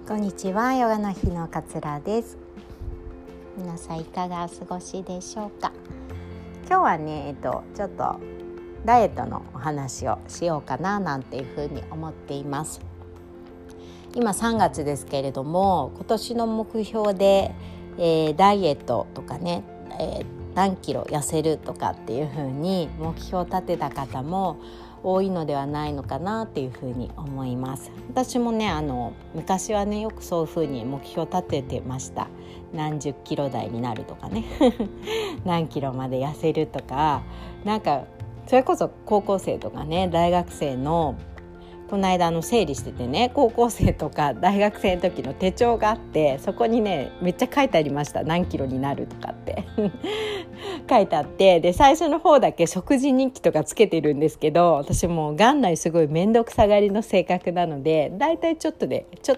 こんにちは、ヨガの日のかつらです。皆さんいかがお過ごしでしょうか。今日はね、ちょっとダイエットのお話をしようかななんていうふうに思っています。今3月ですけれども、今年の目標で、ダイエットとかね、何キロ痩せるとかっていうふうに目標を立てた方も多いのではないのかなっていうふうに思います。私もね、昔はね、よくそういうふうに目標を立ててました。何十キロ台になるとかね何キロまで痩せるとか、なんかそれこそ高校生とかね、大学生のこの間整理しててね、高校生とか大学生の時の手帳があって、そこにねめっちゃ書いてありました。何キロになるとかって書いてあって、で最初の方だけ食事日記とかつけてるんですけど、私もう元来すごい面倒くさがりの性格なので、だいたいちょっと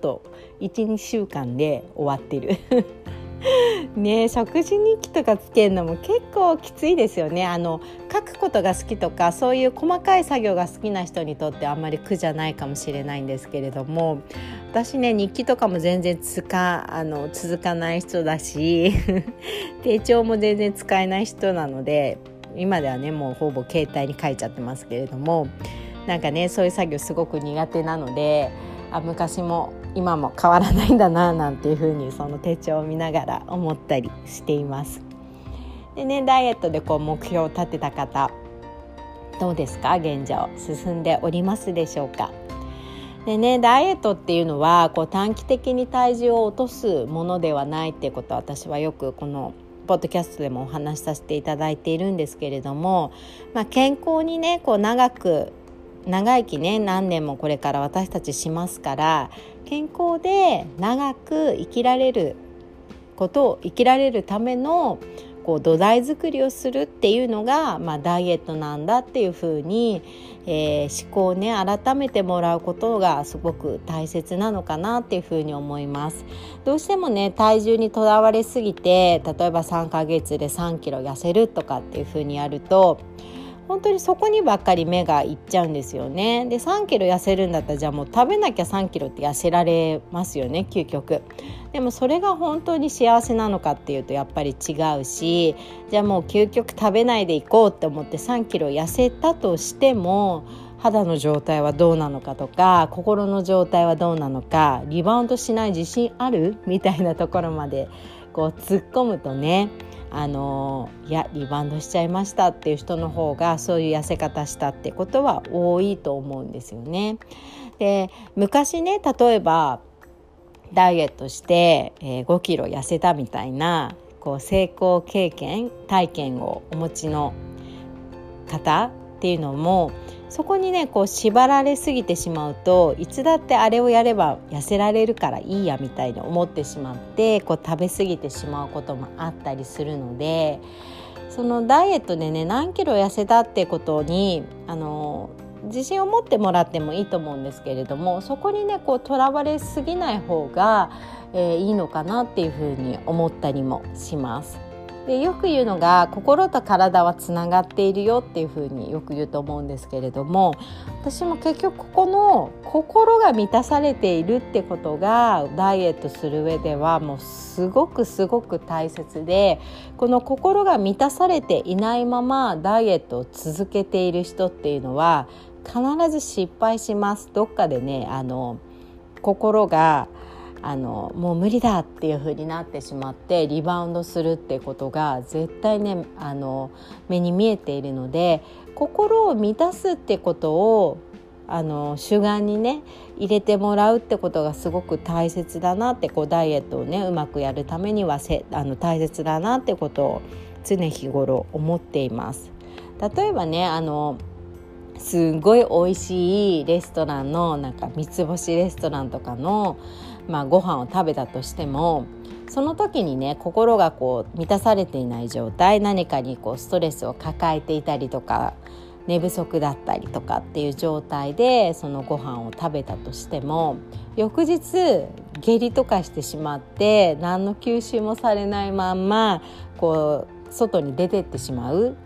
1,2 週間で終わってるね、食事日記とかつけるのも結構きついですよね。書くことが好きとか、そういう細かい作業が好きな人にとってあんまり苦じゃないかもしれないんですけれども、私ね、日記とかも全然続かない人だし手帳も全然使えない人なので、今ではねもうほぼ携帯に書いちゃってますけれども、なんかねそういう作業すごく苦手なので、昔も今も変わらないんだななんていうふうに、その手帳を見ながら思ったりしています。でね、ダイエットで目標を立てた方どうですか？現状進んでおりますでしょうか？でね、ダイエットっていうのは短期的に体重を落とすものではないっていうことは、私はよくこのポッドキャストでもお話しさせていただいているんですけれども、健康にね長生きね、何年もこれから私たちしますから、健康で長く生きられるための土台作りをするっていうのが、ダイエットなんだっていうふうに、思考をね改めてもらうことがすごく大切なのかなっていうふうに思います。どうしてもね、体重にとらわれすぎて、例えば3ヶ月で3キロ痩せるとかっていうふうにやると、本当にそこにばっかり目がいっちゃうんですよね。で3キロ痩せるんだったら、じゃあもう食べなきゃ3キロって痩せられますよね、究極。でもそれが本当に幸せなのかっていうとやっぱり違うし、じゃあもう究極食べないでいこうって思って3キロ痩せたとしても、肌の状態はどうなのかとか、心の状態はどうなのか、リバウンドしない自信あるみたいなところまで突っ込むとね、いやリバウンドしちゃいましたっていう人の方が、そういう痩せ方したってことは多いと思うんですよね。で昔ね、例えばダイエットして、5キロ痩せたみたいな成功体験をお持ちの方っていうのも、そこにね縛られすぎてしまうと、いつだってあれをやれば痩せられるからいいやみたいに思ってしまって、食べ過ぎてしまうこともあったりするので、そのダイエットでね何キロ痩せたってことに自信を持ってもらってもいいと思うんですけれども、そこにねとらわれすぎない方が、いいのかなっていうふうに思ったりもします。でよく言うのが、心と体はつながっているよっていうふうによく言うと思うんですけれども、私も結局ここの心が満たされているってことがダイエットする上ではもうすごく大切で、この心が満たされていないままダイエットを続けている人っていうのは必ず失敗します。どっかでね心がもう無理だっていう風になってしまってリバウンドするってことが絶対ね目に見えているので、心を満たすってことを主眼にね入れてもらうってことがすごく大切だなって、ダイエットをねうまくやるためには大切だなってことを常日頃思っています。例えばねすごい美味しいレストランの三つ星レストランとかのご飯を食べたとしても、その時にね心が満たされていない状態、何かにストレスを抱えていたりとか、寝不足だったりとかっていう状態でそのご飯を食べたとしても、翌日下痢とかしてしまって何の吸収もされないまんま外に出てってしまう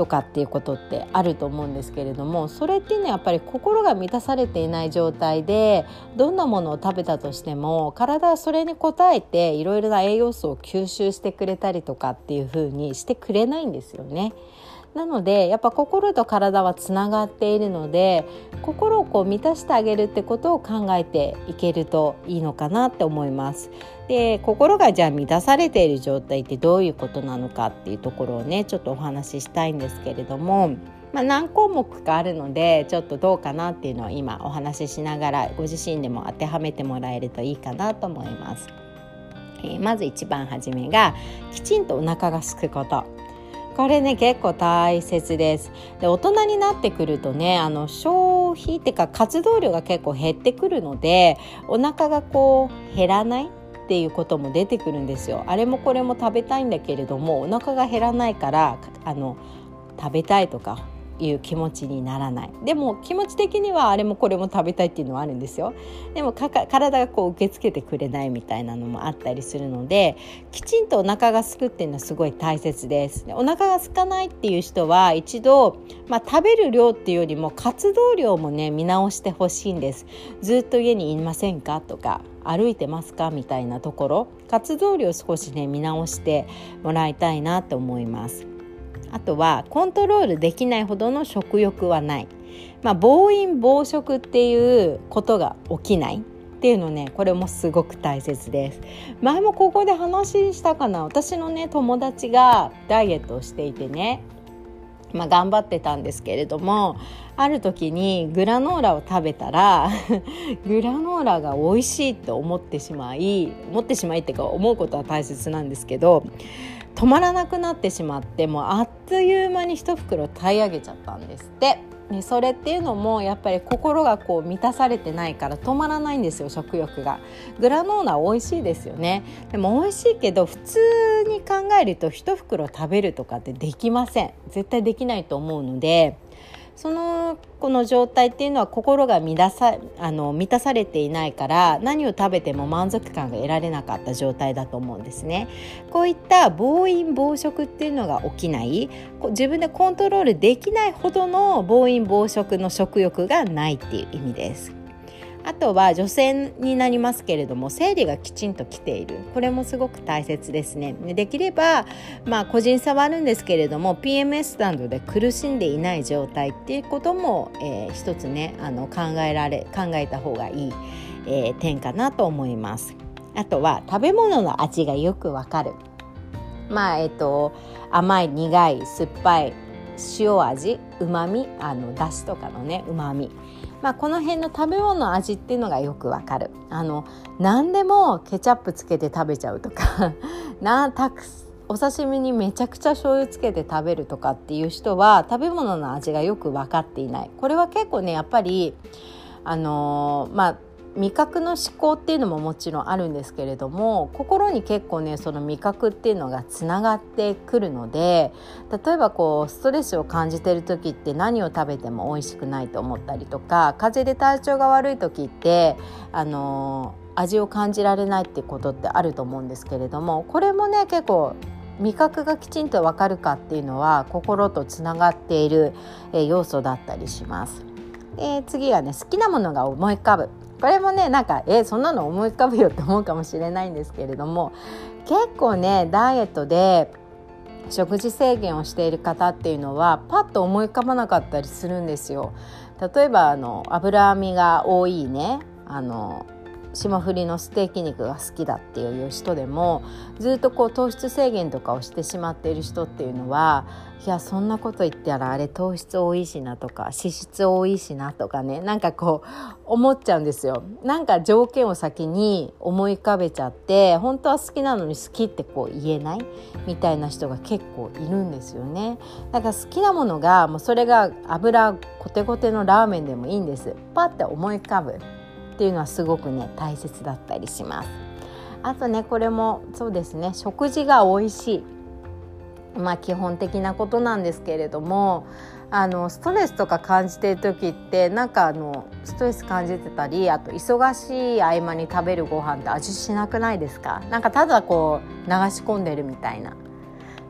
とかっていうことってあると思うんですけれども、それっていうのはやっぱり心が満たされていない状態でどんなものを食べたとしても体はそれに応えていろいろな栄養素を吸収してくれたりとかっていう風にしてくれないんですよね。なのでやっぱ心と体はつながっているので、心を満たしてあげるってことを考えていけるといいのかなって思います。で、心がじゃあ満たされている状態ってどういうことなのかっていうところをねちょっとお話ししたいんですけれども、何項目かあるのでちょっとどうかなっていうのを今お話ししながらご自身でも当てはめてもらえるといいかなと思います。まず一番初めがきちんとお腹が空くこと。これね結構大切です。で、大人になってくるとね消費っていうか活動量が結構減ってくるので、お腹が減らないっていうことも出てくるんですよ。あれもこれも食べたいんだけれどもお腹が減らないから食べたいとかいう気持ちにならない。でも気持ち的にはあれもこれも食べたいっていうのはあるんですよ。でも体が受け付けてくれないみたいなのもあったりするので、きちんとお腹が空くっていうのはすごい大切です。で、お腹が空かないっていう人は一度、食べる量っていうよりも活動量もね見直してほしいんです。ずっと家にいませんかとか歩いてますかみたいなところ、活動量を少しね見直してもらいたいなと思います。あとはコントロールできないほどの食欲はない、暴飲暴食っていうことが起きないっていうのね、これもすごく大切です。前もここで話したかな。私のね友達がダイエットをしていてね、頑張ってたんですけれども、ある時にグラノーラを食べたらグラノーラが美味しいと思ってしまいっていうか思うことは大切なんですけど、止まらなくなってしまって、もうあっという間に一袋平らげちゃったんですって。で、それっていうのもやっぱり心が満たされてないから止まらないんですよ、食欲が。グラノーラ美味しいですよね。でも美味しいけど普通に考えると一袋食べるとかってできません。絶対できないと思うので、この状態っていうのは心が満たされていないから、何を食べても満足感が得られなかった状態だと思うんですね。こういった暴飲暴食っていうのが起きない、自分でコントロールできないほどの暴飲暴食の食欲がないっていう意味です。あとは女性になりますけれども、生理がきちんと来ている、これもすごく大切ですね。できれば個人差はあるんですけれども PMS などで苦しんでいない状態っていうことも、一つね考えた方がいい、点かなと思います。あとは食べ物の味がよくわかる。甘い苦い酸っぱい塩味、うまみ、だしとかのねうまみ、この辺の食べ物の味っていうのがよくわかる。何でもケチャップつけて食べちゃうとかお刺身にめちゃくちゃ醤油つけて食べるとかっていう人は食べ物の味がよく分かっていない。これは結構ねやっぱり味覚の思考っていうのももちろんあるんですけれども、心に結構ねその味覚っていうのがつながってくるので、例えばストレスを感じてる時って何を食べても美味しくないと思ったりとか、風邪で体調が悪い時って味を感じられないってことってあると思うんですけれども、これもね結構味覚がきちんと分かるかっていうのは心とつながっている要素だったりします。次はね好きなものが思い浮かぶ。これもねそんなの思い浮かぶよって思うかもしれないんですけれども、結構ねダイエットで食事制限をしている方っていうのはパッと思い浮かばなかったりするんですよ。例えば脂身が多いね霜降りのステーキ肉が好きだっていう人でも、ずっと糖質制限とかをしてしまっている人っていうのは、いやそんなこと言ったらあれ糖質多いしなとか脂質多いしなとかね、思っちゃうんですよ。条件を先に思い浮かべちゃって、本当は好きなのに好きって言えないみたいな人が結構いるんですよね。だから好きなものがもうそれが油コテコテのラーメンでもいいんです。パッて思い浮かぶっていうのはすごくね大切だったりします。あとねこれもそうですね、食事が美味しい、基本的なことなんですけれども、ストレスとか感じている時ってストレス感じてたり、あと忙しい合間に食べるご飯って味しなくないですか？ただ流し込んでるみたいな。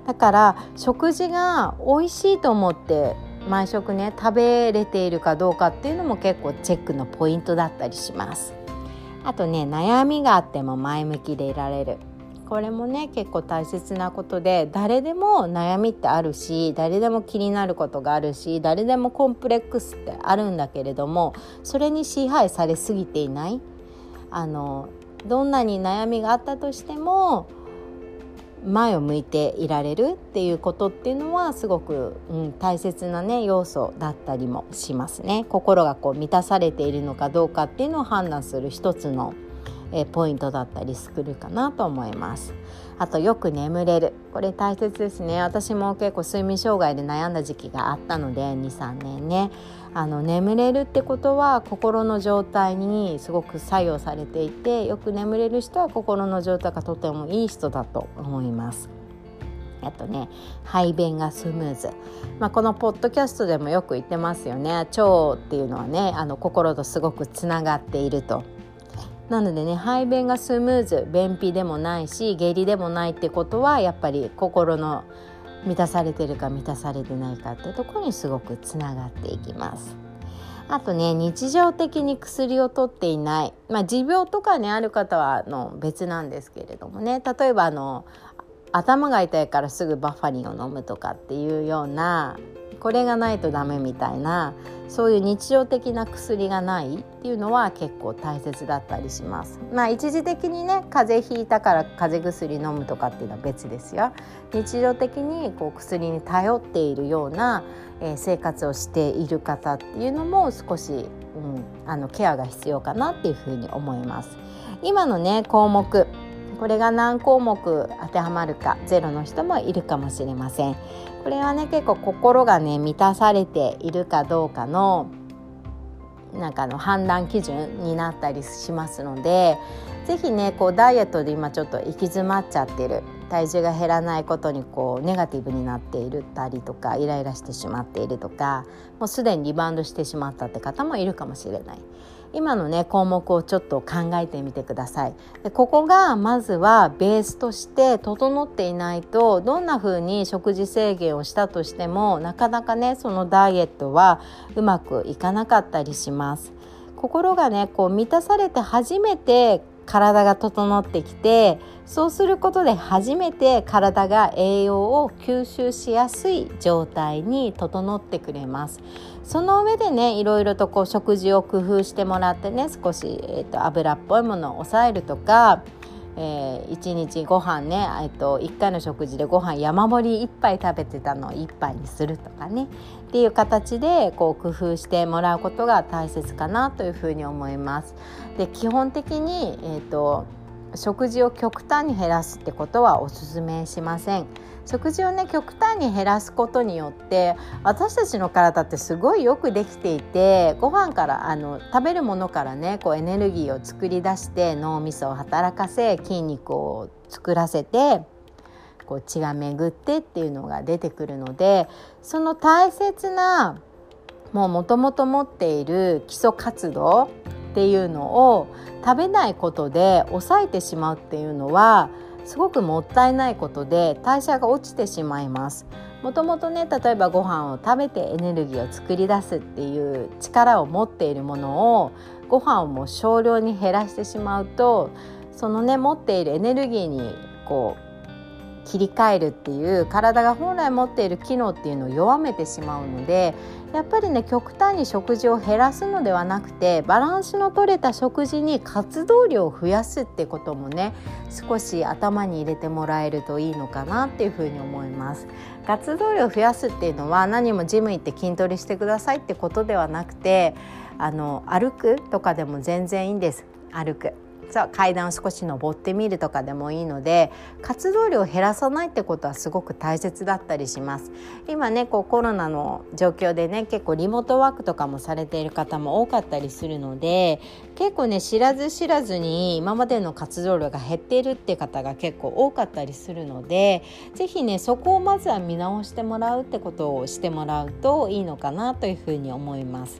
だから食事が美味しいと思って毎食ね食べれているかどうかっていうのも結構チェックのポイントだったりします。あとね、悩みがあっても前向きでいられる、これもね結構大切なことで、誰でも悩みってあるし、誰でも気になることがあるし、誰でもコンプレックスってあるんだけれども、それに支配されすぎていない、どんなに悩みがあったとしても前を向いていられるっていうことっていうのはすごく、大切なね要素だったりもしますね。心が満たされているのかどうかっていうのを判断する一つのポイントだったりするかなと思います。あとよく眠れる、これ大切ですね。私も結構睡眠障害で悩んだ時期があったので 2,3 年ね、眠れるってことは心の状態にすごく作用されていて、よく眠れる人は心の状態がとてもいい人だと思います。あとね、排便がスムーズ、このポッドキャストでもよく言ってますよね。腸っていうのはね心とすごくつながっていると。なのでね、排便がスムーズ、便秘でもないし下痢でもないってことは、やっぱり心の満たされてるか満たされてないかってところにすごくつながっていきます。あとね、日常的に薬を取っていない、持病とかねある方は別なんですけれどもね、例えば頭が痛いからすぐバファリンを飲むとかっていうような、これがないとダメみたいな、そういう日常的な薬がないっていうのは結構大切だったりします。一時的にね風邪ひいたから風邪薬飲むとかっていうのは別ですよ。日常的に薬に頼っているような、生活をしている方っていうのも少し、ケアが必要かなっていうふうに思います。今のね項目、これが何項目当てはまるかゼロの人もいるかもしれません。これはね結構心がね満たされているかどうかの判断基準になったりしますので、ぜひねダイエットで今ちょっと行き詰まっちゃってる、体重が減らないことにネガティブになっているたりとか、イライラしてしまっているとか、もうすでにリバウンドしてしまったって方もいるかもしれない。今のね項目をちょっと考えてみてください。でここがまずはベースとして整っていないと、どんな風に食事制限をしたとしてもなかなかねそのダイエットはうまくいかなかったりします。心がね満たされて初めて体が整ってきて、そうすることで初めて体が栄養を吸収しやすい状態に整ってくれます。その上でねいろいろと食事を工夫してもらってね、少し、油っぽいものを抑えるとか、1日ご飯ね、1回の食事でご飯山盛り1杯食べてたのを1杯にするとかねっていう形で工夫してもらうことが大切かなというふうに思います。で基本的に、食事を極端に減らすってことはお勧めしません。食事をね極端に減らすことによって私たちの体ってすごいよくできていて、ご飯から食べるものからねエネルギーを作り出して脳みそを働かせ、筋肉を作らせて血が巡ってっていうのが出てくるので、その大切なもともと持っている基礎活動っていうのを食べないことで抑えてしまうっていうのはすごくもったいないことで、代謝が落ちてしまいます。もともとね例えばご飯を食べてエネルギーを作り出すっていう力を持っているものをご飯をもう少量に減らしてしまうと、そのね持っているエネルギーに切り替えるっていう体が本来持っている機能っていうのを弱めてしまうので、やっぱりね極端に食事を減らすのではなくて、バランスの取れた食事に活動量を増やすってこともね少し頭に入れてもらえるといいのかなっていうふうに思います。活動量を増やすっていうのは何もジム行って筋トレしてくださいってことではなくて、歩くとかでも全然いいんです。歩く、階段を少し登ってみるとかでもいいので、活動量を減らさないってことはすごく大切だったりします。今ねコロナの状況でね結構リモートワークとかもされている方も多かったりするので、結構ね知らず知らずに今までの活動量が減っているって方が結構多かったりするので、ぜひねそこをまずは見直してもらうってことをしてもらうといいのかなというふうに思います。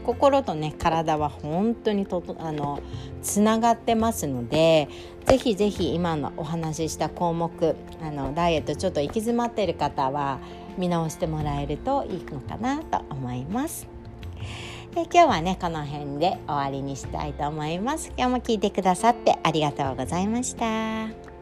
心とね体は本当につながってますので、ぜひぜひ今のお話しした項目ダイエットちょっと行き詰まっている方は見直してもらえるといいのかなと思います。で今日はねこの辺で終わりにしたいと思います。今日も聞いてくださってありがとうございました。